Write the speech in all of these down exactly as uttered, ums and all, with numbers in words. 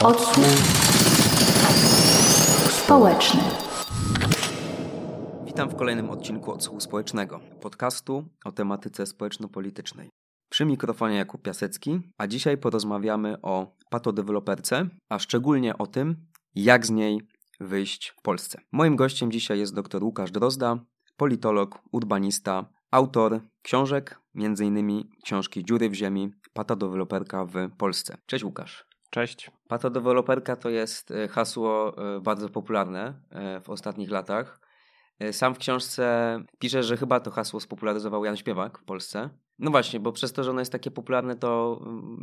Odsłuch społeczny. Witam w kolejnym odcinku Odsłuchu Społecznego, podcastu o tematyce społeczno-politycznej. Przy mikrofonie Jakub Piasecki, a dzisiaj porozmawiamy o patodeweloperce, a szczególnie o tym, jak z niej wyjść w Polsce. Moim gościem dzisiaj jest dr Łukasz Drozda, politolog, urbanista, autor książek, między innymi książki Dziury w ziemi, patodeweloperka w Polsce. Cześć Łukasz. Cześć. Patodeweloperka to jest hasło bardzo popularne w ostatnich latach. Sam w książce piszesz, że chyba to hasło spopularyzował Jan Śpiewak w Polsce. No właśnie, bo przez to, że ono jest takie popularne, to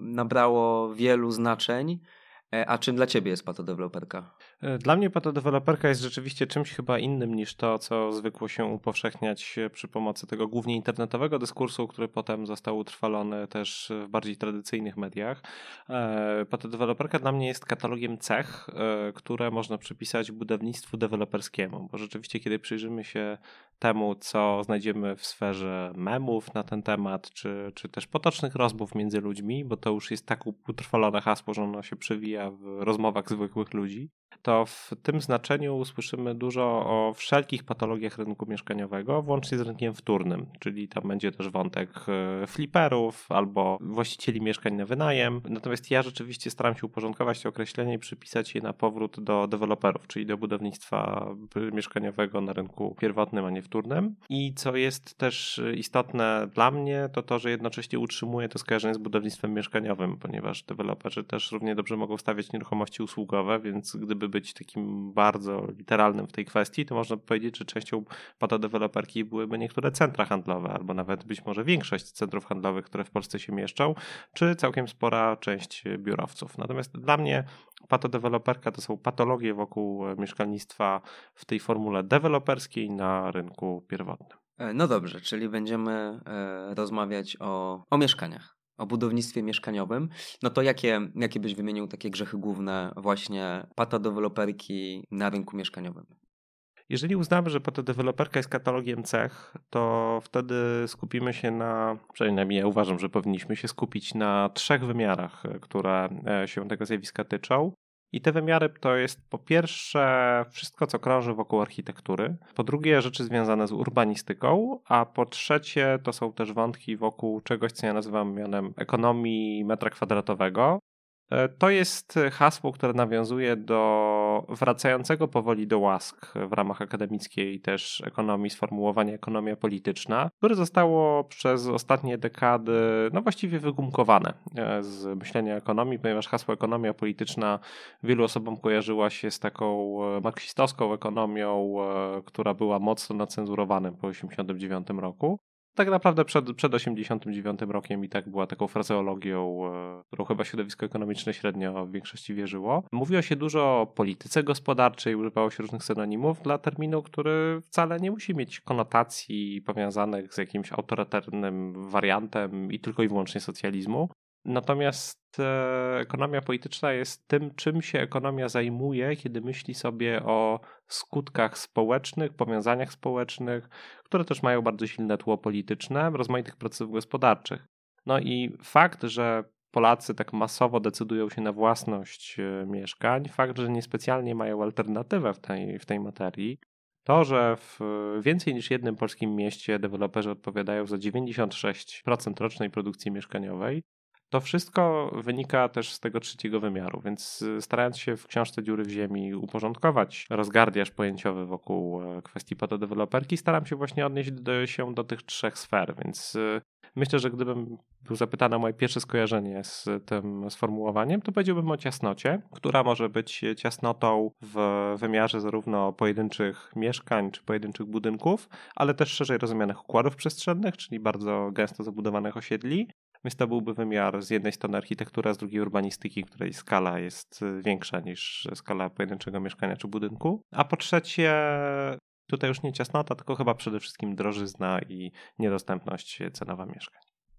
nabrało wielu znaczeń. A czym dla Ciebie jest patodeweloperka? Dla mnie patodeweloperka jest rzeczywiście czymś chyba innym niż to, co zwykło się upowszechniać przy pomocy tego głównie internetowego dyskursu, który potem został utrwalony też w bardziej tradycyjnych mediach. Patodeweloperka dla mnie jest katalogiem cech, które można przypisać budownictwu deweloperskiemu, bo rzeczywiście kiedy przyjrzymy się temu, co znajdziemy w sferze memów na ten temat, czy, czy też potocznych rozmów między ludźmi, bo to już jest tak utrwalone hasło, że ono się przewija w rozmowach zwykłych ludzi, to w tym znaczeniu słyszymy dużo o wszelkich patologiach rynku mieszkaniowego, włącznie z rynkiem wtórnym, czyli tam będzie też wątek fliperów albo właścicieli mieszkań na wynajem. Natomiast ja rzeczywiście staram się uporządkować te określenia i przypisać je na powrót do deweloperów, czyli do budownictwa mieszkaniowego na rynku pierwotnym, a nie wtórnym. I co jest też istotne dla mnie, to to, że jednocześnie utrzymuję to skojarzenie z budownictwem mieszkaniowym, ponieważ deweloperzy też równie dobrze mogą stawiać nieruchomości usługowe, więc gdyby być takim bardzo literalnym w tej kwestii, to można powiedzieć, że częścią patodeweloperki byłyby niektóre centra handlowe, albo nawet być może większość centrów handlowych, które w Polsce się mieszczą, czy całkiem spora część biurowców. Natomiast dla mnie patodeweloperka to są patologie wokół mieszkalnictwa w tej formule deweloperskiej na rynku pierwotnym. No dobrze, czyli będziemy e, rozmawiać o, o mieszkaniach. O budownictwie mieszkaniowym, no to jakie, jakie byś wymienił takie grzechy główne właśnie patodeweloperki na rynku mieszkaniowym? Jeżeli uznamy, że patodeweloperka jest katalogiem cech, to wtedy skupimy się na, przynajmniej ja uważam, że powinniśmy się skupić na trzech wymiarach, które się tego zjawiska tyczą. I te wymiary to jest po pierwsze wszystko, co krąży wokół architektury, po drugie rzeczy związane z urbanistyką, a po trzecie to są też wątki wokół czegoś, co ja nazywam mianem ekonomii metra kwadratowego. To jest hasło, które nawiązuje do wracającego powoli do łask w ramach akademickiej też ekonomii, sformułowania ekonomia polityczna, które zostało przez ostatnie dekady no właściwie wygumkowane z myślenia ekonomii, ponieważ hasło ekonomia polityczna wielu osobom kojarzyła się z taką marksistowską ekonomią, która była mocno nacenzurowanym po osiemdziesiątym dziewiątym roku. Tak naprawdę przed, przed osiemdziesiątym dziewiątym rokiem i tak była taką frazeologią, którą chyba środowisko ekonomiczne średnio w większości wierzyło. Mówiło się dużo o polityce gospodarczej, używało się różnych synonimów dla terminu, który wcale nie musi mieć konotacji powiązanych z jakimś autorytarnym wariantem i tylko i wyłącznie socjalizmu. Natomiast e, ekonomia polityczna jest tym, czym się ekonomia zajmuje, kiedy myśli sobie o skutkach społecznych, powiązaniach społecznych, które też mają bardzo silne tło polityczne, rozmaitych procesów gospodarczych. No i fakt, że Polacy tak masowo decydują się na własność e, mieszkań, fakt, że niespecjalnie mają alternatywę w tej, w tej materii, to, że w więcej niż jednym polskim mieście deweloperzy odpowiadają za dziewięćdziesiąt sześć procent rocznej produkcji mieszkaniowej, to wszystko wynika też z tego trzeciego wymiaru, więc starając się w książce Dziury w ziemi uporządkować rozgardiaż pojęciowy wokół kwestii patodeweloperki, staram się właśnie odnieść do, się do tych trzech sfer, więc myślę, że gdybym był zapytany o moje pierwsze skojarzenie z tym sformułowaniem, to powiedziałbym o ciasnocie, która może być ciasnotą w wymiarze zarówno pojedynczych mieszkań czy pojedynczych budynków, ale też szerzej rozumianych układów przestrzennych, czyli bardzo gęsto zabudowanych osiedli. Więc to byłby wymiar z jednej strony architektury, a z drugiej urbanistyki, której skala jest większa niż skala pojedynczego mieszkania czy budynku. A po trzecie, tutaj już nie ciasnota, tylko chyba przede wszystkim drożyzna i niedostępność cenowa mieszkań.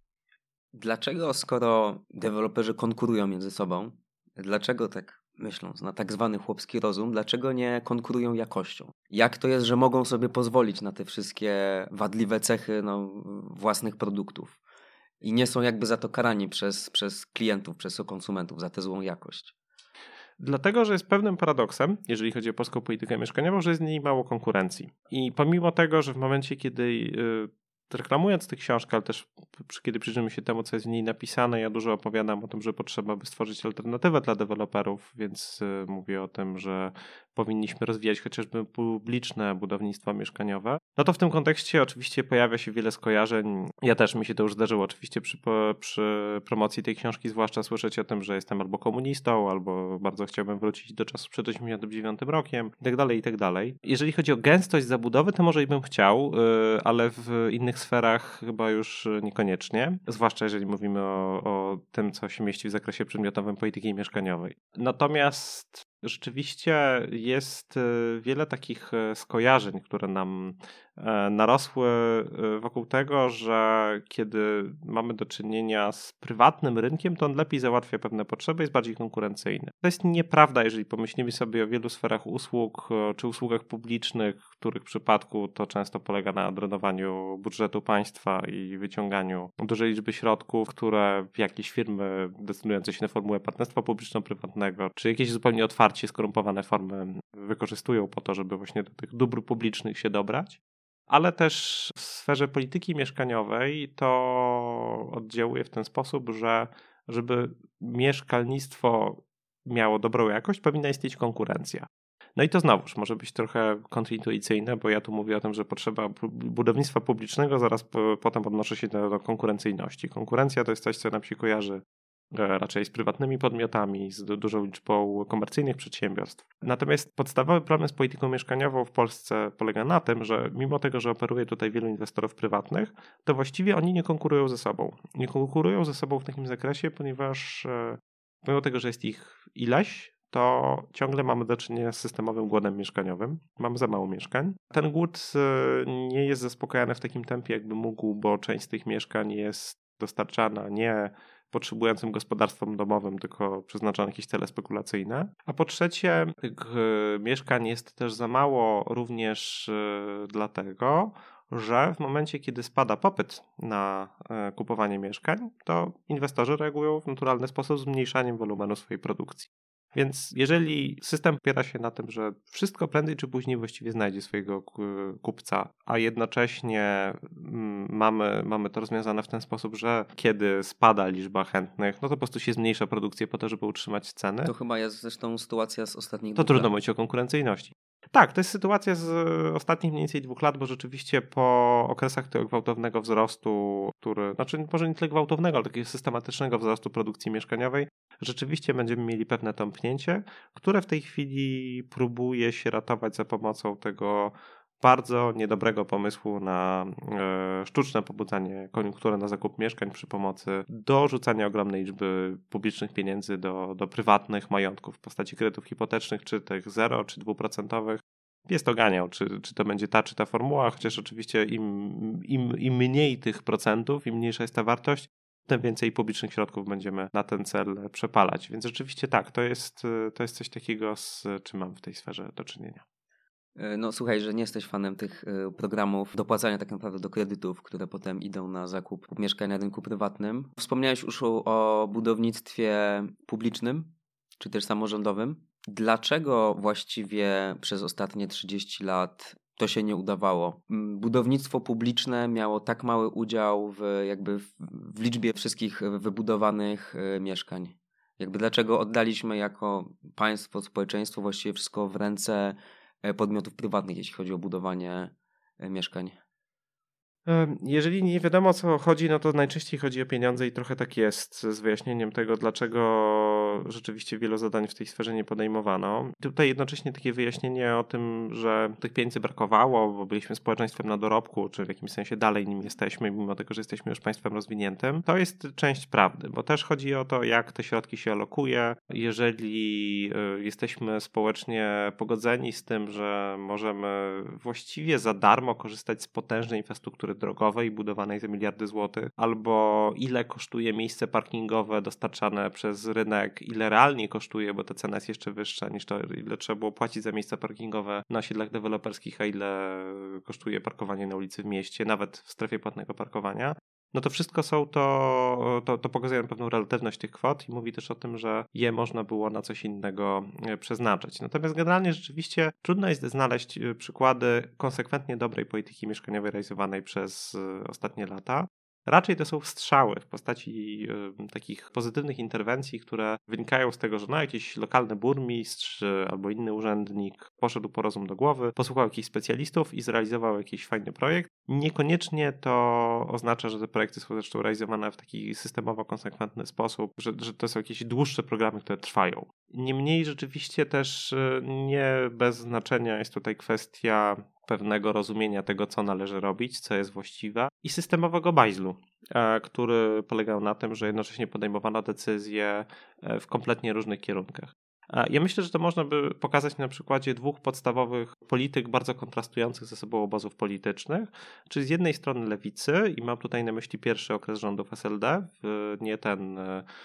Dlaczego, skoro deweloperzy konkurują między sobą, dlaczego tak myśląc na tak zwany chłopski rozum, dlaczego nie konkurują jakością? Jak to jest, że mogą sobie pozwolić na te wszystkie wadliwe cechy no, własnych produktów? I nie są jakby za to karani przez, przez klientów, przez konsumentów, za tę złą jakość. Dlatego, że jest pewnym paradoksem, jeżeli chodzi o polską politykę mieszkaniową, że jest w niej mało konkurencji. I pomimo tego, że w momencie, kiedy yy, reklamując tę książkę, ale też kiedy przyjrzymy się temu, co jest w niej napisane, ja dużo opowiadam o tym, że potrzeba by stworzyć alternatywę dla deweloperów, więc yy, mówię o tym, że powinniśmy rozwijać chociażby publiczne budownictwo mieszkaniowe. No to w tym kontekście oczywiście pojawia się wiele skojarzeń. Ja też mi się to już zdarzyło oczywiście przy, przy promocji tej książki, zwłaszcza słyszeć o tym, że jestem albo komunistą, albo bardzo chciałbym wrócić do czasu przed osiemdziesiątym dziewiątym rokiem i tak dalej, i tak dalej. Jeżeli chodzi o gęstość zabudowy, to może i bym chciał, ale w innych sferach chyba już niekoniecznie, zwłaszcza jeżeli mówimy o, o tym, co się mieści w zakresie przedmiotowym polityki mieszkaniowej. Natomiast rzeczywiście jest wiele takich skojarzeń, które nam narosły wokół tego, że kiedy mamy do czynienia z prywatnym rynkiem, to on lepiej załatwia pewne potrzeby, jest bardziej konkurencyjny. To jest nieprawda, jeżeli pomyślimy sobie o wielu sferach usług czy usługach publicznych, w których przypadku to często polega na drenowaniu budżetu państwa i wyciąganiu dużej liczby środków, które jakieś firmy decydujące się na formułę partnerstwa publiczno-prywatnego, czy jakieś zupełnie otwarcie skorumpowane formy wykorzystują po to, żeby właśnie do tych dóbr publicznych się dobrać. Ale też w sferze polityki mieszkaniowej to oddziałuje w ten sposób, że żeby mieszkalnictwo miało dobrą jakość, powinna istnieć konkurencja. No i to znowuż może być trochę kontrintuicyjne, bo ja tu mówię o tym, że potrzeba budownictwa publicznego, zaraz po, potem odnoszę się do, do konkurencyjności. Konkurencja to jest coś, co nam się kojarzy raczej z prywatnymi podmiotami, z dużą liczbą komercyjnych przedsiębiorstw. Natomiast podstawowy problem z polityką mieszkaniową w Polsce polega na tym, że mimo tego, że operuje tutaj wielu inwestorów prywatnych, to właściwie oni nie konkurują ze sobą. Nie konkurują ze sobą w takim zakresie, ponieważ mimo tego, że jest ich ileś, to ciągle mamy do czynienia z systemowym głodem mieszkaniowym. Mamy za mało mieszkań. Ten głód nie jest zaspokajany w takim tempie, jakby mógł, bo część z tych mieszkań jest dostarczana nie potrzebującym gospodarstwom domowym, tylko przeznaczone jakieś cele spekulacyjne. A po trzecie, tych mieszkań jest też za mało również dlatego, że w momencie, kiedy spada popyt na kupowanie mieszkań, to inwestorzy reagują w naturalny sposób zmniejszaniem wolumenu swojej produkcji. Więc jeżeli system opiera się na tym, że wszystko prędzej czy później właściwie znajdzie swojego kupca, a jednocześnie mamy, mamy to rozwiązane w ten sposób, że kiedy spada liczba chętnych, no to po prostu się zmniejsza produkcję po to, żeby utrzymać ceny. To chyba jest zresztą sytuacja z ostatnich To dwóch trudno lat. mówić o konkurencyjności. Tak, to jest sytuacja z ostatnich mniej więcej dwóch lat, bo rzeczywiście po okresach tego gwałtownego wzrostu, który, znaczy może nie tyle gwałtownego, ale takiego systematycznego wzrostu produkcji mieszkaniowej, rzeczywiście będziemy mieli pewne tąpnięcie, które w tej chwili próbuje się ratować za pomocą tego bardzo niedobrego pomysłu na e, sztuczne pobudzanie koniunktury na zakup mieszkań przy pomocy dorzucania ogromnej liczby publicznych pieniędzy do, do prywatnych majątków w postaci kredytów hipotecznych, czy tych zero, czy dwuprocentowych. Jest to ganiał, czy, czy to będzie ta, czy ta formuła, chociaż oczywiście im, im, im mniej tych procentów, im mniejsza jest ta wartość, tym więcej publicznych środków będziemy na ten cel przepalać. Więc rzeczywiście tak, to jest, to jest coś takiego, z czym mam w tej sferze do czynienia. No słuchaj, że nie jesteś fanem tych programów dopłacania tak naprawdę do kredytów, które potem idą na zakup mieszkań na rynku prywatnym. Wspomniałeś już o, o budownictwie publicznym, czy też samorządowym. Dlaczego właściwie przez ostatnie trzydzieści lat to się nie udawało? Budownictwo publiczne miało tak mały udział w, jakby w, w liczbie wszystkich wybudowanych mieszkań. Jakby dlaczego oddaliśmy jako państwo, społeczeństwo właściwie wszystko w ręce podmiotów prywatnych, jeśli chodzi o budowanie mieszkań? Jeżeli nie wiadomo, o co chodzi, no to najczęściej chodzi o pieniądze i trochę tak jest z wyjaśnieniem tego, dlaczego rzeczywiście wielu zadań w tej sferze nie podejmowano. Tutaj jednocześnie takie wyjaśnienie o tym, że tych pieniędzy brakowało, bo byliśmy społeczeństwem na dorobku, czy w jakimś sensie dalej nim jesteśmy, mimo tego, że jesteśmy już państwem rozwiniętym, to jest część prawdy, bo też chodzi o to, jak te środki się alokuje. Jeżeli jesteśmy społecznie pogodzeni z tym, że możemy właściwie za darmo korzystać z potężnej infrastruktury drogowej budowanej za miliardy złotych, albo ile kosztuje miejsce parkingowe dostarczane przez rynek, ile realnie kosztuje, bo ta cena jest jeszcze wyższa niż to, ile trzeba było płacić za miejsca parkingowe na osiedlach deweloperskich, a ile kosztuje parkowanie na ulicy w mieście, nawet w strefie płatnego parkowania, no to wszystko są to, to, to pokazuje pewną relatywność tych kwot i mówi też o tym, że je można było na coś innego przeznaczyć. Natomiast generalnie rzeczywiście trudno jest znaleźć przykłady konsekwentnie dobrej polityki mieszkaniowej realizowanej przez ostatnie lata. Raczej to są strzały w postaci y, takich pozytywnych interwencji, które wynikają z tego, że no, jakiś lokalny burmistrz y, albo inny urzędnik poszedł po rozum do głowy, posłuchał jakichś specjalistów i zrealizował jakiś fajny projekt. Niekoniecznie to oznacza, że te projekty są zresztą realizowane w taki systemowo konsekwentny sposób, że, że to są jakieś dłuższe programy, które trwają. Niemniej rzeczywiście też y, nie bez znaczenia jest tutaj kwestia pewnego rozumienia tego, co należy robić, co jest właściwe i systemowego bajzlu, który polegał na tym, że jednocześnie podejmowano decyzje w kompletnie różnych kierunkach. Ja myślę, że to można by pokazać na przykładzie dwóch podstawowych polityk bardzo kontrastujących ze sobą obozów politycznych, czyli z jednej strony lewicy, i mam tutaj na myśli pierwszy okres rządów S L D, nie ten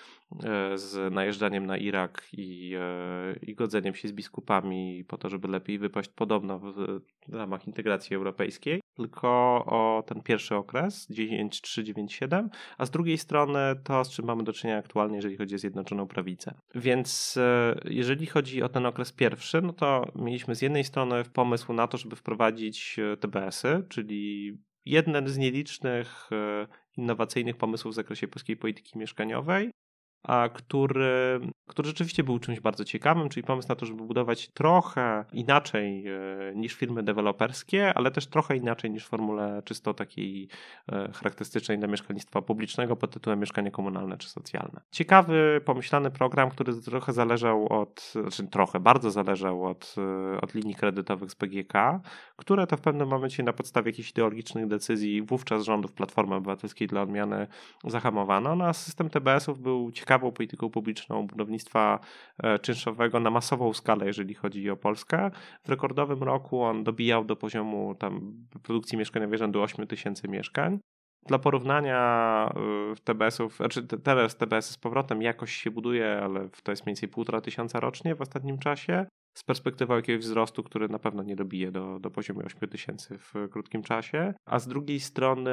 z najeżdżaniem na Irak i, i godzeniem się z biskupami po to, żeby lepiej wypaść podobno w ramach integracji europejskiej, tylko o ten pierwszy okres, dziewięć trzy dziewięć siedem, a z drugiej strony to, z czym mamy do czynienia aktualnie, jeżeli chodzi o Zjednoczoną Prawicę. Więc jeżeli chodzi o ten okres pierwszy, no to mieliśmy z jednej strony pomysł na to, żeby wprowadzić T B S-y, czyli jeden z nielicznych innowacyjnych pomysłów w zakresie polskiej polityki mieszkaniowej, a który, który rzeczywiście był czymś bardzo ciekawym, czyli pomysł na to, żeby budować trochę inaczej niż firmy deweloperskie, ale też trochę inaczej niż w formule czysto takiej charakterystycznej dla mieszkalnictwa publicznego pod tytułem mieszkanie komunalne czy socjalne. Ciekawy, pomyślany program, który trochę zależał od, znaczy trochę, bardzo zależał od, od linii kredytowych z B G K, które to w pewnym momencie na podstawie jakichś ideologicznych decyzji wówczas rządów Platformy Obywatelskiej dla odmiany zahamowano, no a system T B S-ów był ciekawą polityką publiczną budownictwa czynszowego na masową skalę, jeżeli chodzi o Polskę. W rekordowym roku on dobijał do poziomu tam produkcji mieszkaniowej rzędu osiem tysięcy mieszkań. Dla porównania T B S-ów, znaczy teraz T B S z powrotem jakoś się buduje, ale to jest mniej więcej półtora tysiąca rocznie w ostatnim czasie, z perspektywą jakiegoś wzrostu, który na pewno nie dobije do, do poziomu osiem tysięcy w krótkim czasie, a z drugiej strony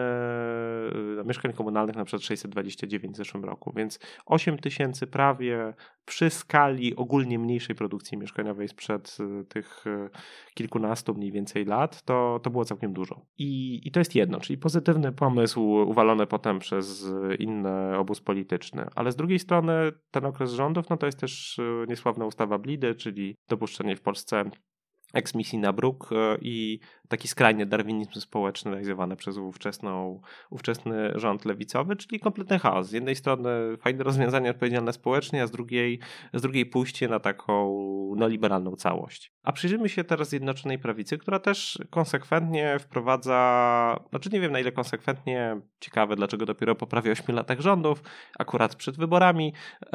mieszkań komunalnych na przykład sześćset dwadzieścia dziewięć w zeszłym roku, więc osiem tysięcy prawie przy skali ogólnie mniejszej produkcji mieszkaniowej sprzed tych kilkunastu mniej więcej lat, to, to było całkiem dużo. I, I to jest jedno, czyli pozytywny pomysł uwalony potem przez inny obóz polityczny, ale z drugiej strony ten okres rządów, no to jest też niesławna ustawa Blidy, czyli dopuszczenie w Polsce eksmisji na bruk i taki skrajny darwinizm społeczny realizowany przez ówczesną, ówczesny rząd lewicowy, czyli kompletny chaos. Z jednej strony fajne rozwiązania odpowiedzialne społecznie, a z drugiej, z drugiej pójście na taką neoliberalną całość. A przyjrzyjmy się teraz Zjednoczonej Prawicy, która też konsekwentnie wprowadza, znaczy nie wiem na ile konsekwentnie, ciekawe dlaczego dopiero po prawie ośmiu latach rządów, akurat przed wyborami,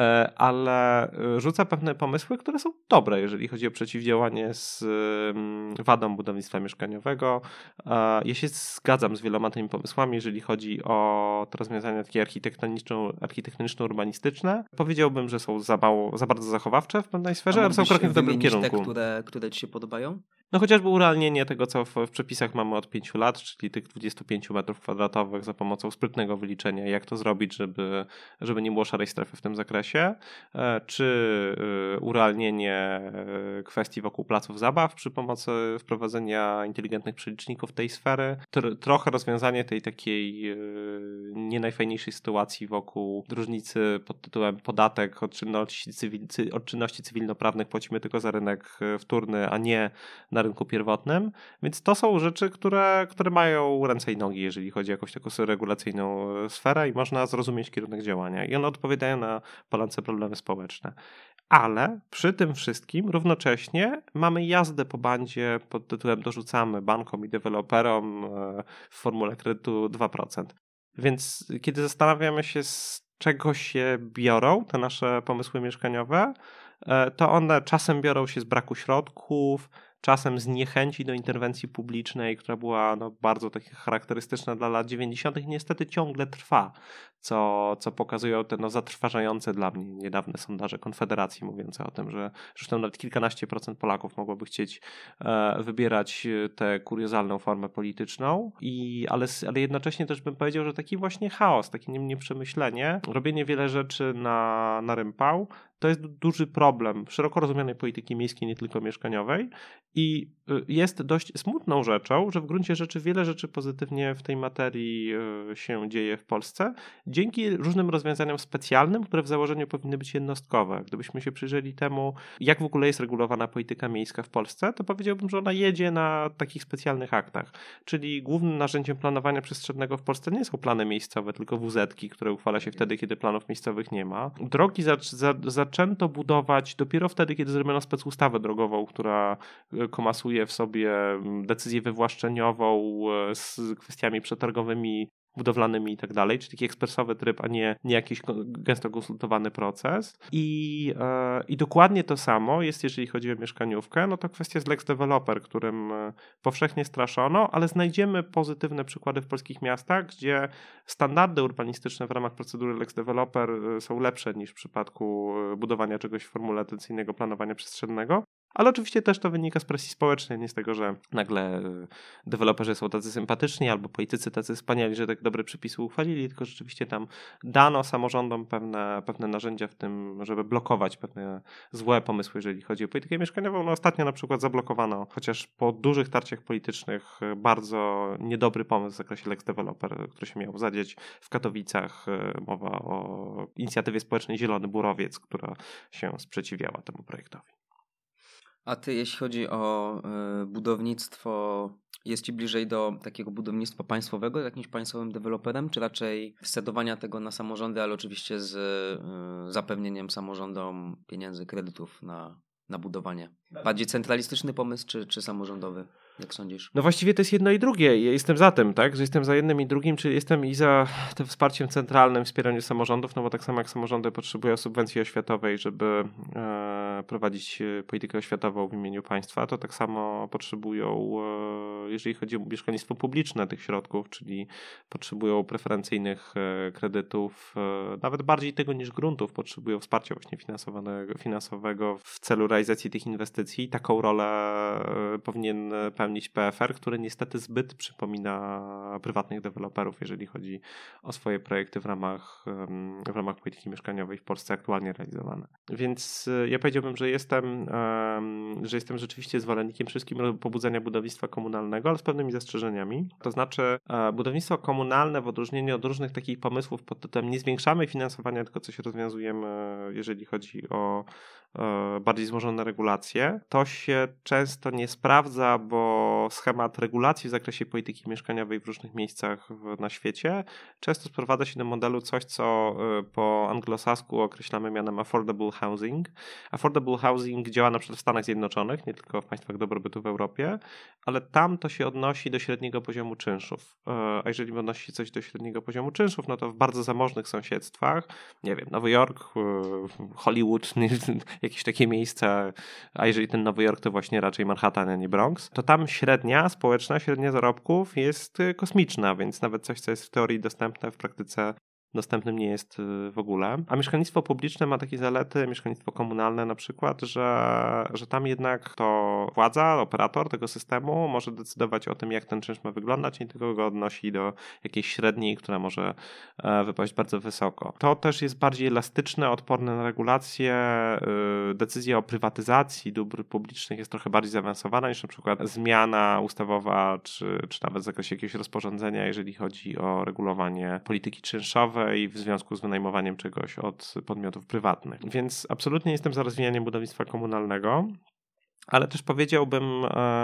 ale rzuca pewne pomysły, które są dobre, jeżeli chodzi o przeciwdziałanie z wadą budownictwa mieszkaniowego. Ja się zgadzam z wieloma tymi pomysłami, jeżeli chodzi o te rozwiązania takie architektoniczno-urbanistyczne. Powiedziałbym, że są za mało, za bardzo zachowawcze w pewnej sferze, ale są krokiem w dobrym kierunku. Te, które, które ci się podobają? No chociażby urealnienie tego, co w, w przepisach mamy od pięciu lat, czyli tych dwudziestu pięciu metrów kwadratowych za pomocą sprytnego wyliczenia, jak to zrobić, żeby, żeby nie było szarej strefy w tym zakresie, czy urealnienie kwestii wokół placów zabaw przy pomocy wprowadzenia inteligentnych przeliczników tej sfery, trochę rozwiązanie tej takiej nie najfajniejszej sytuacji wokół różnicy pod tytułem podatek od czynności, cywil, od czynności cywilnoprawnych płacimy tylko za rynek wtórny, a nie na rynku pierwotnym, więc to są rzeczy, które, które mają ręce i nogi, jeżeli chodzi o jakąś taką regulacyjną sferę i można zrozumieć kierunek działania i one odpowiadają na palące problemy społeczne. Ale przy tym wszystkim równocześnie mamy jazdę po bandzie pod tytułem dorzucamy bankom i deweloperom w formule kredytu dwa procent. Więc kiedy zastanawiamy się, z czego się biorą te nasze pomysły mieszkaniowe, to one czasem biorą się z braku środków, czasem z niechęci do interwencji publicznej, która była no, bardzo taka charakterystyczna dla lat dziewięćdziesiątych, niestety ciągle trwa, co, co pokazują te no, zatrważające dla mnie niedawne sondaże Konfederacji mówiące o tym, że zresztą nawet kilkanaście procent Polaków mogłoby chcieć e, wybierać tę kuriozalną formę polityczną, i, ale, ale jednocześnie też bym powiedział, że taki właśnie chaos, takie nieprzemyślenie, robienie wiele rzeczy na, na rympał, to jest duży problem szeroko rozumianej polityki miejskiej, nie tylko mieszkaniowej, i jest dość smutną rzeczą, że w gruncie rzeczy wiele rzeczy pozytywnie w tej materii się dzieje w Polsce dzięki różnym rozwiązaniom specjalnym, które w założeniu powinny być jednostkowe. Gdybyśmy się przyjrzeli temu, jak w ogóle jest regulowana polityka miejska w Polsce, to powiedziałbym, że ona jedzie na takich specjalnych aktach. Czyli głównym narzędziem planowania przestrzennego w Polsce nie są plany miejscowe, tylko W Z-ki, które uchwala się wtedy, kiedy planów miejscowych nie ma. Drogi za, za, zaczęto budować dopiero wtedy, kiedy zrobiono specustawę drogową, która komasuje w sobie decyzję wywłaszczeniową z kwestiami przetargowymi, budowlanymi i tak dalej, czyli taki ekspresowy tryb, a nie, nie jakiś gęsto konsultowany proces. I, e, I dokładnie to samo jest, jeżeli chodzi o mieszkaniówkę, no to kwestia z Lex Developer, którym powszechnie straszono, ale znajdziemy pozytywne przykłady w polskich miastach, gdzie standardy urbanistyczne w ramach procedury Lex Developer są lepsze niż w przypadku budowania czegoś w formule tradycyjnego planowania przestrzennego. Ale oczywiście też to wynika z presji społecznej, nie z tego, że nagle deweloperzy są tacy sympatyczni albo politycy tacy wspaniali, że tak dobre przepisy uchwalili, tylko rzeczywiście tam dano samorządom pewne, pewne narzędzia w tym, żeby blokować pewne złe pomysły, jeżeli chodzi o politykę mieszkaniową. No ostatnio na przykład zablokowano, chociaż po dużych tarciach politycznych, bardzo niedobry pomysł w zakresie Lex Developer, który się miał zadzieć w Katowicach. Mowa o inicjatywie społecznej Zielony Burowiec, która się sprzeciwiała temu projektowi. A ty, jeśli chodzi o y, budownictwo, jest ci bliżej do takiego budownictwa państwowego, z jakimś państwowym deweloperem, czy raczej scedowania tego na samorządy, ale oczywiście z y, zapewnieniem samorządom pieniędzy, kredytów na, na budowanie? Bardziej centralistyczny pomysł, czy, czy samorządowy? Jak sądzisz? No właściwie to jest jedno i drugie. Ja jestem za tym, tak? Że jestem za jednym i drugim, czyli jestem i za tym wsparciem centralnym, wspieraniu samorządów, no bo tak samo jak samorządy potrzebują subwencji oświatowej, żeby e, prowadzić politykę oświatową w imieniu państwa, to tak samo potrzebują, e, jeżeli chodzi o mieszkalnictwo publiczne, tych środków, czyli potrzebują preferencyjnych e, kredytów, e, nawet bardziej tego niż gruntów, potrzebują wsparcia właśnie finansowanego, finansowego w celu realizacji tych inwestycji. Taką rolę e, powinien pełnić P F R, który niestety zbyt przypomina prywatnych deweloperów, jeżeli chodzi o swoje projekty w ramach, w ramach polityki mieszkaniowej w Polsce aktualnie realizowane. Więc ja powiedziałbym, że jestem, że jestem rzeczywiście zwolennikiem wszystkim pobudzenia budownictwa komunalnego, ale z pewnymi zastrzeżeniami. To znaczy budownictwo komunalne w odróżnieniu od różnych takich pomysłów pod tytułem nie zwiększamy finansowania, tylko coś rozwiązujemy, jeżeli chodzi o bardziej złożone regulacje. To się często nie sprawdza, bo schemat regulacji w zakresie polityki mieszkaniowej w różnych miejscach na świecie często sprowadza się do modelu coś, co po anglosasku określamy mianem affordable housing. Affordable housing działa na przykład w Stanach Zjednoczonych, nie tylko w państwach dobrobytu w Europie, ale tam to się odnosi do średniego poziomu czynszów. A jeżeli odnosi się coś do średniego poziomu czynszów, no to w bardzo zamożnych sąsiedztwach, nie wiem, Nowy Jork, Hollywood, jakieś takie miejsca, a jeżeli ten Nowy Jork to właśnie raczej Manhattan, a nie Bronx, to tam średnia społeczna, średnia zarobków jest kosmiczna, więc nawet coś, co jest w teorii dostępne, w praktyce dostępnym nie jest w ogóle. A mieszkalnictwo publiczne ma takie zalety, mieszkalnictwo komunalne na przykład, że, że tam jednak to władza, operator tego systemu może decydować o tym, jak ten czynsz ma wyglądać i tylko go odnosi do jakiejś średniej, która może wypaść bardzo wysoko. To też jest bardziej elastyczne, odporne na regulacje. Decyzja o prywatyzacji dóbr publicznych jest trochę bardziej zaawansowana niż na przykład zmiana ustawowa, czy, czy nawet w zakresie jakiegoś rozporządzenia, jeżeli chodzi o regulowanie polityki czynszowej i w związku z wynajmowaniem czegoś od podmiotów prywatnych. Więc absolutnie jestem za rozwijaniem budownictwa komunalnego, ale też powiedziałbym,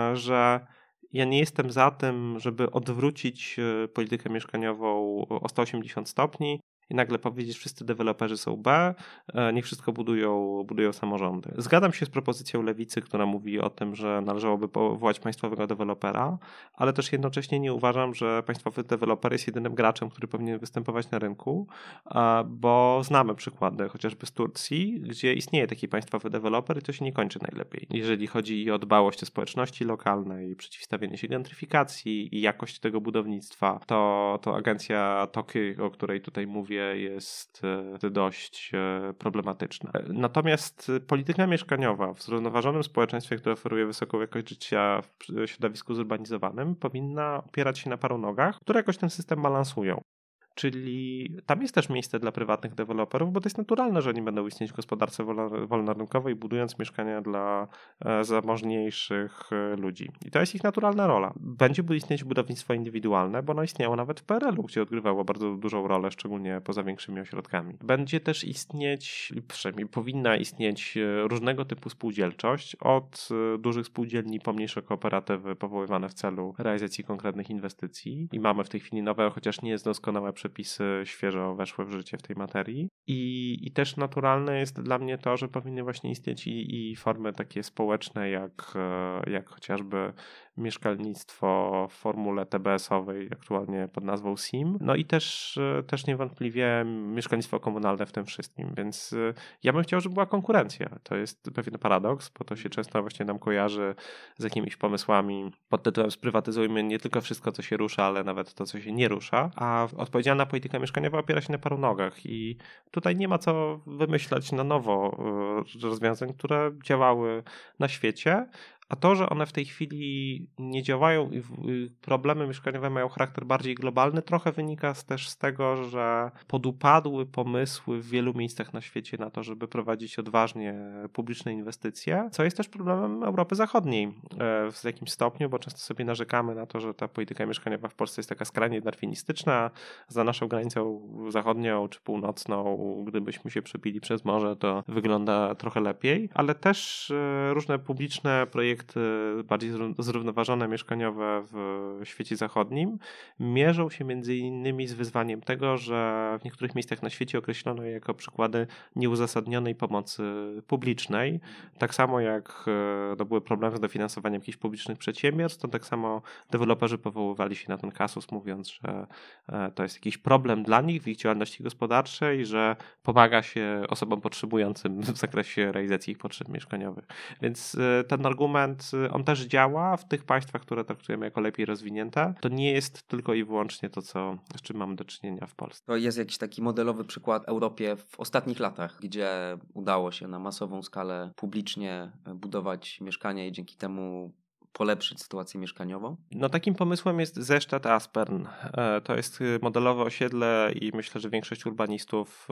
że ja nie jestem za tym, żeby odwrócić politykę mieszkaniową o sto osiemdziesiąt stopni i nagle powiedzieć, wszyscy deweloperzy są B, niech wszystko budują, budują samorządy. Zgadzam się z propozycją Lewicy, która mówi o tym, że należałoby powołać państwowego dewelopera, ale też jednocześnie nie uważam, że państwowy deweloper jest jedynym graczem, który powinien występować na rynku, bo znamy przykłady chociażby z Turcji, gdzie istnieje taki państwowy deweloper i to się nie kończy najlepiej. Jeżeli chodzi o dbałość o społeczności lokalnej, przeciwstawienie się gentryfikacji i jakość tego budownictwa, to, to agencja Toki, o której tutaj mówię, jest dość problematyczna. Natomiast polityka mieszkaniowa w zrównoważonym społeczeństwie, które oferuje wysoką jakość życia w środowisku zurbanizowanym, powinna opierać się na paru nogach, które jakoś ten system balansują. Czyli tam jest też miejsce dla prywatnych deweloperów, bo to jest naturalne, że oni będą istnieć w gospodarce wolnorynkowej, budując mieszkania dla zamożniejszych ludzi. I to jest ich naturalna rola. Będzie istnieć budownictwo indywidualne, bo ono istniało nawet w P R L u, gdzie odgrywało bardzo dużą rolę, szczególnie poza większymi ośrodkami. Będzie też istnieć, przynajmniej powinna istnieć różnego typu spółdzielczość, od dużych spółdzielni po mniejsze kooperatywy powoływane w celu realizacji konkretnych inwestycji. I mamy w tej chwili nowe, chociaż nie jest doskonałe przepisy świeżo weszły w życie w tej materii. I, i też naturalne jest dla mnie to, że powinny właśnie istnieć i, i formy takie społeczne, jak, jak chociażby mieszkalnictwo w formule T B S-owej, aktualnie pod nazwą S I M. No i też, też niewątpliwie mieszkalnictwo komunalne w tym wszystkim, więc ja bym chciał, żeby była konkurencja. To jest pewien paradoks, bo to się często właśnie nam kojarzy z jakimiś pomysłami pod tytułem sprywatyzujmy nie tylko wszystko, co się rusza, ale nawet to, co się nie rusza, a odpowiedzialna polityka mieszkaniowa opiera się na paru nogach i tutaj nie ma co wymyślać na nowo rozwiązań, które działały na świecie, a to, że one w tej chwili nie działają i problemy mieszkaniowe mają charakter bardziej globalny, trochę wynika też z tego, że podupadły pomysły w wielu miejscach na świecie na to, żeby prowadzić odważnie publiczne inwestycje, co jest też problemem Europy Zachodniej w jakimś stopniu, bo często sobie narzekamy na to, że ta polityka mieszkaniowa w Polsce jest taka skrajnie darwinistyczna. Za naszą granicą zachodnią czy północną, gdybyśmy się przebili przez morze, to wygląda trochę lepiej, ale też różne publiczne projekty bardziej zrównoważone mieszkaniowe w świecie zachodnim mierzą się między innymi z wyzwaniem tego, że w niektórych miejscach na świecie określono je jako przykłady nieuzasadnionej pomocy publicznej. Tak samo jak to były problemy z dofinansowaniem jakichś publicznych przedsiębiorstw, to tak samo deweloperzy powoływali się na ten kasus, mówiąc, że to jest jakiś problem dla nich w ich działalności gospodarczej, że pomaga się osobom potrzebującym w zakresie realizacji ich potrzeb mieszkaniowych. Więc ten argument, on też działa w tych państwach, które traktujemy jako lepiej rozwinięte. To nie jest tylko i wyłącznie to, co, z czym mamy do czynienia w Polsce. To jest jakiś taki modelowy przykład w Europie w ostatnich latach, gdzie udało się na masową skalę publicznie budować mieszkania i dzięki temu polepszyć sytuację mieszkaniową? No takim pomysłem jest Zestadt Aspern. To jest modelowe osiedle i myślę, że większość urbanistów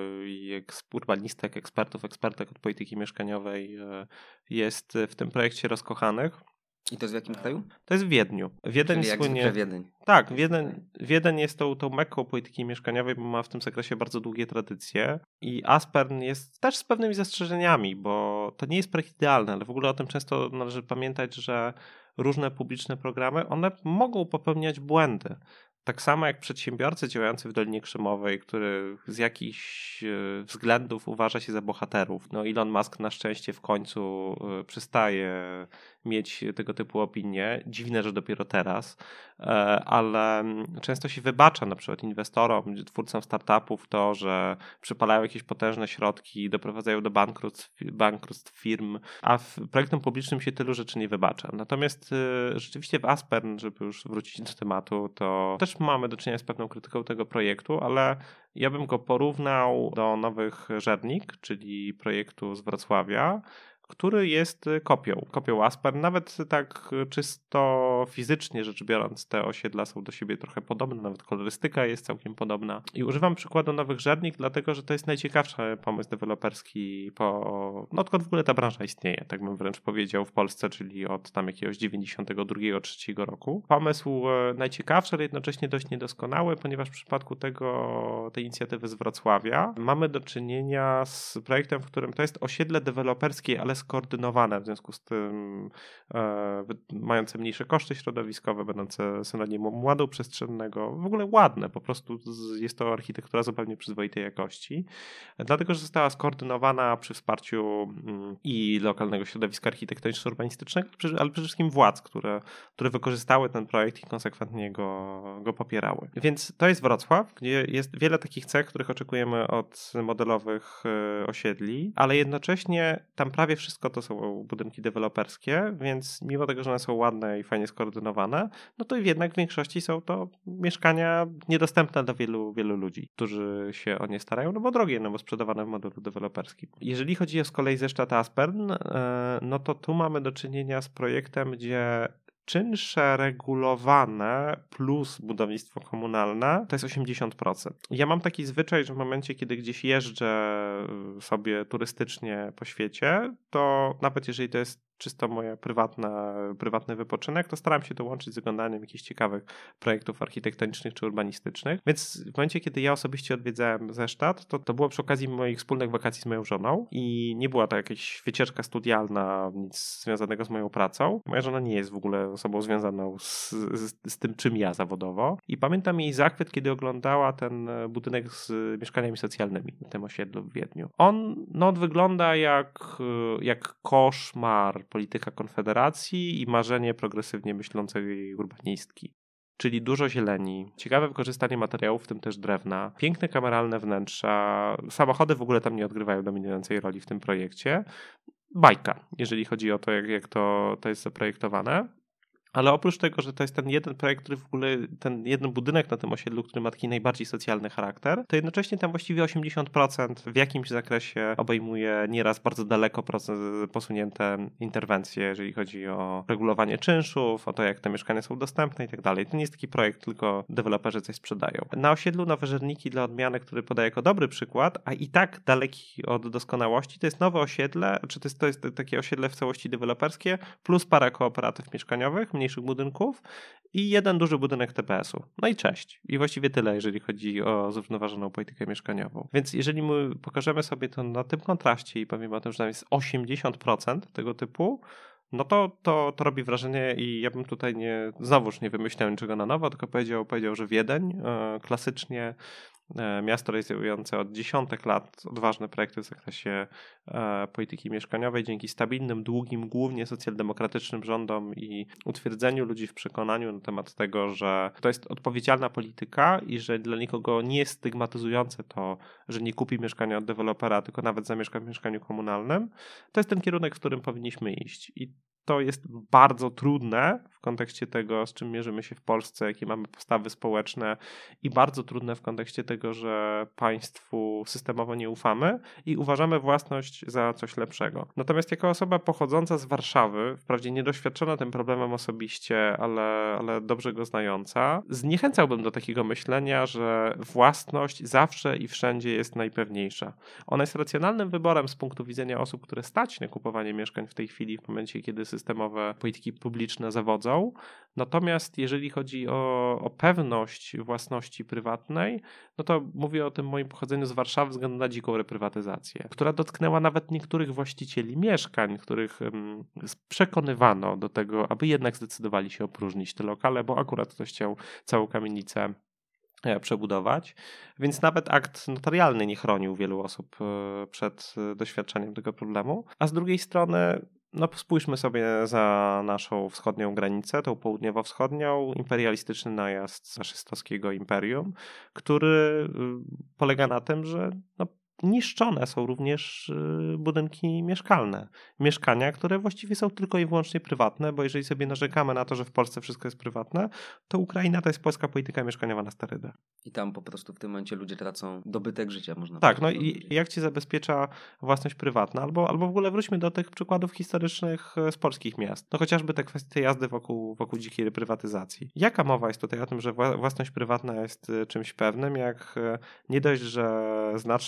i urbanistek, ekspertów, ekspertek od polityki mieszkaniowej jest w tym projekcie rozkochanych. I to jest w jakim kraju? To jest w Wiedniu. Wiedeń Czyli jak słynie... zwykle Wiedeń. Tak, Wiedeń, Wiedeń jest tą, tą mekką polityki mieszkaniowej, bo ma w tym zakresie bardzo długie tradycje i Aspern jest też z pewnymi zastrzeżeniami, bo to nie jest projekt idealny, ale w ogóle o tym często należy pamiętać, że różne publiczne programy, one mogą popełniać błędy. Tak samo jak przedsiębiorcy działający w Dolinie Krzemowej, który z jakichś względów uważa się za bohaterów. No Elon Musk na szczęście w końcu przestaje mieć tego typu opinie. Dziwne, że dopiero teraz, ale często się wybacza na przykład inwestorom, twórcom startupów to, że przypalają jakieś potężne środki, doprowadzają do bankructw, bankructw firm, a w projektom publicznym się tylu rzeczy nie wybacza. Natomiast rzeczywiście w Aspern, żeby już wrócić do tematu, to też mamy do czynienia z pewną krytyką tego projektu, ale ja bym go porównał do Nowych Żernik, czyli projektu z Wrocławia, który jest kopią, kopią Aspern. Nawet tak czysto fizycznie rzecz biorąc, te osiedla są do siebie trochę podobne, nawet kolorystyka jest całkiem podobna. I używam przykładu Nowych Żernik, dlatego że to jest najciekawszy pomysł deweloperski, po, no odkąd w ogóle ta branża istnieje, tak bym wręcz powiedział, w Polsce, czyli od tam jakiegoś dziewięćdziesiątego drugiego trzeciego roku. Pomysł najciekawszy, ale jednocześnie dość niedoskonały, ponieważ w przypadku tego, tej inicjatywy z Wrocławia mamy do czynienia z projektem, w którym to jest osiedle deweloperskie, ale ale skoordynowane, w związku z tym e, mające mniejsze koszty środowiskowe, będące synonimum ładu przestrzennego, w ogóle ładne, po prostu z, jest to architektura zupełnie przyzwoitej jakości, dlatego, że została skoordynowana przy wsparciu mm, i lokalnego środowiska architektoniczno-urbanistycznego, ale przede wszystkim władz, które, które wykorzystały ten projekt i konsekwentnie go, go popierały. Więc to jest Wrocław, gdzie jest wiele takich cech, których oczekujemy od modelowych y, osiedli, ale jednocześnie tam prawie wszystko to są budynki deweloperskie, więc mimo tego, że one są ładne i fajnie skoordynowane, no to jednak w większości są to mieszkania niedostępne dla wielu, wielu ludzi, którzy się o nie starają, no bo drogie, no bo sprzedawane w modelu deweloperskim. Jeżeli chodzi o z kolei Zeszczat Aspern, y, no to tu mamy do czynienia z projektem, gdzie czynsze regulowane plus budownictwo komunalne to jest osiemdziesiąt procent. Ja mam taki zwyczaj, że w momencie, kiedy gdzieś jeżdżę sobie turystycznie po świecie, to nawet jeżeli to jest czysto moje prywatne, prywatny wypoczynek, to staram się to łączyć z oglądaniem jakichś ciekawych projektów architektonicznych czy urbanistycznych. Więc w momencie, kiedy ja osobiście odwiedzałem Zeszczat, to, to było przy okazji moich wspólnych wakacji z moją żoną i nie była to jakaś wycieczka studialna, nic związanego z moją pracą. Moja żona nie jest w ogóle osobą związaną z, z, z tym, czym ja zawodowo. I pamiętam jej zachwyt, kiedy oglądała ten budynek z mieszkaniami socjalnymi na tym osiedlu w Wiedniu. On, no, on wygląda jak, jak koszmar polityka Konfederacji i marzenie progresywnie myślącej urbanistki. Czyli dużo zieleni, ciekawe wykorzystanie materiałów, w tym też drewna, piękne kameralne wnętrza, samochody w ogóle tam nie odgrywają dominującej roli w tym projekcie. Bajka, jeżeli chodzi o to, jak, jak to, to jest zaprojektowane. Ale oprócz tego, że to jest ten jeden projekt, który w ogóle, ten jeden budynek na tym osiedlu, który ma taki najbardziej socjalny charakter, to jednocześnie tam właściwie osiemdziesiąt procent w jakimś zakresie obejmuje nieraz bardzo daleko posunięte interwencje, jeżeli chodzi o regulowanie czynszów, o to, jak te mieszkania są dostępne i tak dalej. To nie jest taki projekt, tylko deweloperzy coś sprzedają. Na osiedlu Nowe Żerniki dla odmiany, który podaję jako dobry przykład, a i tak daleki od doskonałości, to jest nowe osiedle, czy to jest, to jest takie osiedle w całości deweloperskie, plus parę kooperatyw mieszkaniowych, mniejszych budynków i jeden duży budynek T P S-u. No i cześć. I właściwie tyle, jeżeli chodzi o zrównoważoną politykę mieszkaniową. Więc jeżeli my pokażemy sobie to na tym kontraście i powiemy o tym, że tam jest osiemdziesiąt procent tego typu, no to, to, to robi wrażenie i ja bym tutaj nie, znowuż nie wymyślał niczego na nowo, tylko powiedział, powiedział że Wiedeń e, klasycznie miasto realizujące od dziesiątek lat odważne projekty w zakresie e, polityki mieszkaniowej dzięki stabilnym, długim, głównie socjaldemokratycznym rządom i utwierdzeniu ludzi w przekonaniu na temat tego, że to jest odpowiedzialna polityka i że dla nikogo nie jest stygmatyzujące to, że nie kupi mieszkania od dewelopera, tylko nawet zamieszka w mieszkaniu komunalnym. To jest ten kierunek, w którym powinniśmy iść. I to jest bardzo trudne w kontekście tego, z czym mierzymy się w Polsce, jakie mamy postawy społeczne i bardzo trudne w kontekście tego, że państwu systemowo nie ufamy i uważamy własność za coś lepszego. Natomiast jako osoba pochodząca z Warszawy, wprawdzie niedoświadczona tym problemem osobiście, ale, ale dobrze go znająca, zniechęcałbym do takiego myślenia, że własność zawsze i wszędzie jest najpewniejsza. Ona jest racjonalnym wyborem z punktu widzenia osób, które stać na kupowanie mieszkań w tej chwili, w momencie, kiedy systemowe polityki publiczne zawodzą. Natomiast jeżeli chodzi o, o pewność własności prywatnej, no to mówię o tym moim pochodzeniu z Warszawy ze względu na dziką reprywatyzację, która dotknęła nawet niektórych właścicieli mieszkań, których um, przekonywano do tego, aby jednak zdecydowali się opróżnić te lokale, bo akurat ktoś chciał całą kamienicę przebudować, więc nawet akt notarialny nie chronił wielu osób przed doświadczeniem tego problemu, a z drugiej strony no spójrzmy sobie za naszą wschodnią granicę, tą południowo-wschodnią, imperialistyczny najazd faszystowskiego imperium, który polega na tym, że no, niszczone są również budynki mieszkalne. Mieszkania, które właściwie są tylko i wyłącznie prywatne, bo jeżeli sobie narzekamy na to, że w Polsce wszystko jest prywatne, to Ukraina to jest polska polityka mieszkaniowa na sterydę. I tam po prostu w tym momencie ludzie tracą dobytek życia, można tak, powiedzieć. Tak, no i jak ci zabezpiecza własność prywatna? Albo, albo w ogóle wróćmy do tych przykładów historycznych z polskich miast. No chociażby te kwestie jazdy wokół, wokół dzikiej reprywatyzacji. Jaka mowa jest tutaj o tym, że własność prywatna jest czymś pewnym, jak nie dość, że znaczna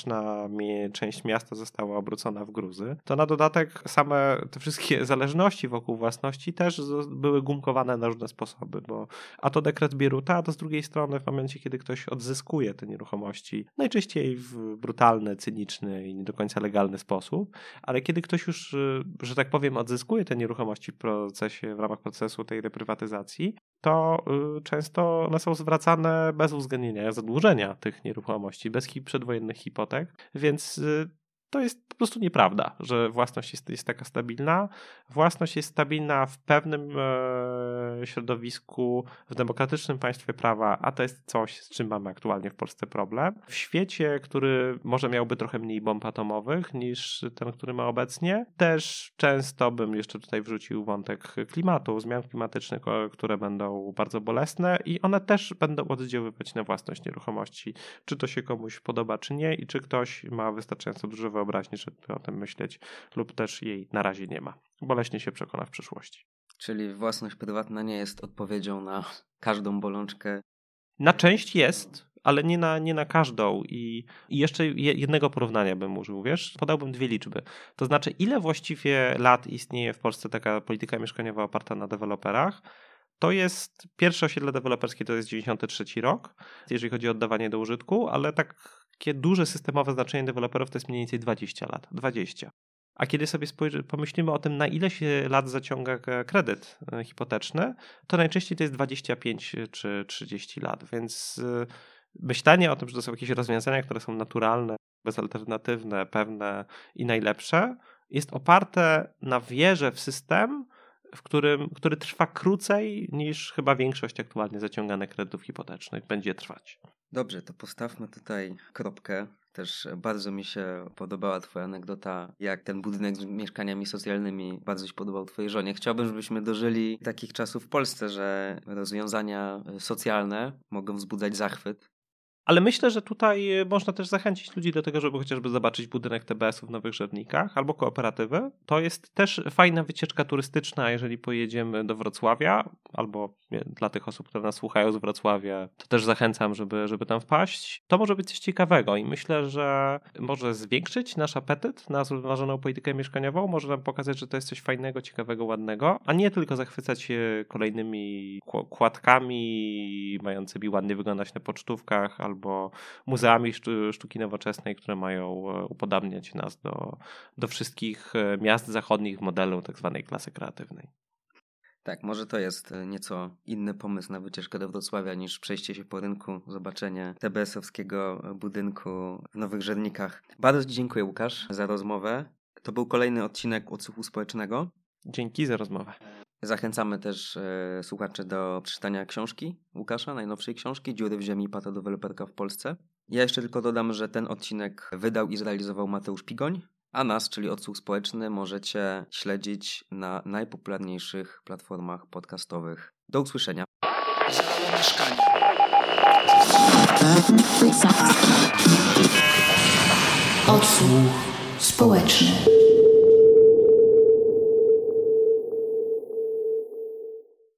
a mi, część miasta została obrócona w gruzy, to na dodatek same te wszystkie zależności wokół własności też były gumkowane na różne sposoby, bo a to dekret Bieruta, a to z drugiej strony w momencie, kiedy ktoś odzyskuje te nieruchomości, najczęściej w brutalny, cyniczny i nie do końca legalny sposób, ale kiedy ktoś już, że tak powiem, odzyskuje te nieruchomości w procesie, w ramach procesu tej reprywatyzacji, to y, często one są zwracane bez uwzględnienia zadłużenia tych nieruchomości, bez hi- przedwojennych hipotek, więc y, to jest po prostu nieprawda, że własność jest, jest taka stabilna. Własność jest stabilna w pewnym e, środowisku, w demokratycznym państwie prawa, a to jest coś, z czym mamy aktualnie w Polsce problem. W świecie, który może miałby trochę mniej bomb atomowych niż ten, który ma obecnie, też często bym jeszcze tutaj wrzucił wątek klimatu, zmian klimatycznych, które będą bardzo bolesne i one też będą oddziaływać na własność nieruchomości. Czy to się komuś podoba, czy nie i czy ktoś ma wystarczająco dużo wyobraźni, żeby o tym myśleć, lub też jej na razie nie ma. Boleśnie się przekona w przyszłości. Czyli własność prywatna nie jest odpowiedzią na każdą bolączkę? Na część jest, ale nie na, nie na każdą. I, i jeszcze jednego porównania bym użył, wiesz? Podałbym dwie liczby. To znaczy, ile właściwie lat istnieje w Polsce taka polityka mieszkaniowa oparta na deweloperach? To jest, pierwsze osiedle deweloperskie to jest dziewięćdziesiąty trzeci rok, jeżeli chodzi o oddawanie do użytku, ale takie duże systemowe znaczenie deweloperów to jest mniej więcej dwadzieścia lat. dwadzieścia. A kiedy sobie spojrzy, pomyślimy o tym, na ile się lat zaciąga kredyt hipoteczny, to najczęściej to jest dwadzieścia pięć czy trzydzieści lat. Więc myślenie o tym, że to są jakieś rozwiązania, które są naturalne, bezalternatywne, pewne i najlepsze, jest oparte na wierze w system, w którym, który trwa krócej niż chyba większość aktualnie zaciąganych kredytów hipotecznych będzie trwać. Dobrze, to postawmy tutaj kropkę. Też bardzo mi się podobała twoja anegdota, jak ten budynek z mieszkaniami socjalnymi bardzo się podobał twojej żonie. Chciałbym, żebyśmy dożyli takich czasów w Polsce, że rozwiązania socjalne mogą wzbudzać zachwyt. Ale myślę, że tutaj można też zachęcić ludzi do tego, żeby chociażby zobaczyć budynek T B S u w Nowych Żernikach albo kooperatywy. To jest też fajna wycieczka turystyczna, jeżeli pojedziemy do Wrocławia, albo nie, dla tych osób, które nas słuchają z Wrocławia, to też zachęcam, żeby, żeby tam wpaść. To może być coś ciekawego i myślę, że może zwiększyć nasz apetyt na zrównoważoną politykę mieszkaniową, może nam pokazać, że to jest coś fajnego, ciekawego, ładnego, a nie tylko zachwycać się kolejnymi kładkami mającymi ładnie wyglądać na pocztówkach, albo muzeami sztuki nowoczesnej, które mają upodabniać nas do, do wszystkich miast zachodnich w modelu tak zwanej klasy kreatywnej. Tak, może to jest nieco inny pomysł na wycieczkę do Wrocławia niż przejście się po rynku, zobaczenie T B S-owskiego budynku w Nowych Żernikach. Bardzo Ci dziękuję, Łukasz, za rozmowę. To był kolejny odcinek Odsłuchu Społecznego. Dzięki za rozmowę. Zachęcamy też e, słuchaczy do przeczytania książki Łukasza, najnowszej książki Dziury w ziemi, patodeweloperka w Polsce. Ja jeszcze tylko dodam, że ten odcinek wydał i zrealizował Mateusz Pigoń, a nas, czyli Odsłuch Społeczny, możecie śledzić na najpopularniejszych platformach podcastowych. Do usłyszenia. Zielone mieszkanie. Odsłuch społeczny.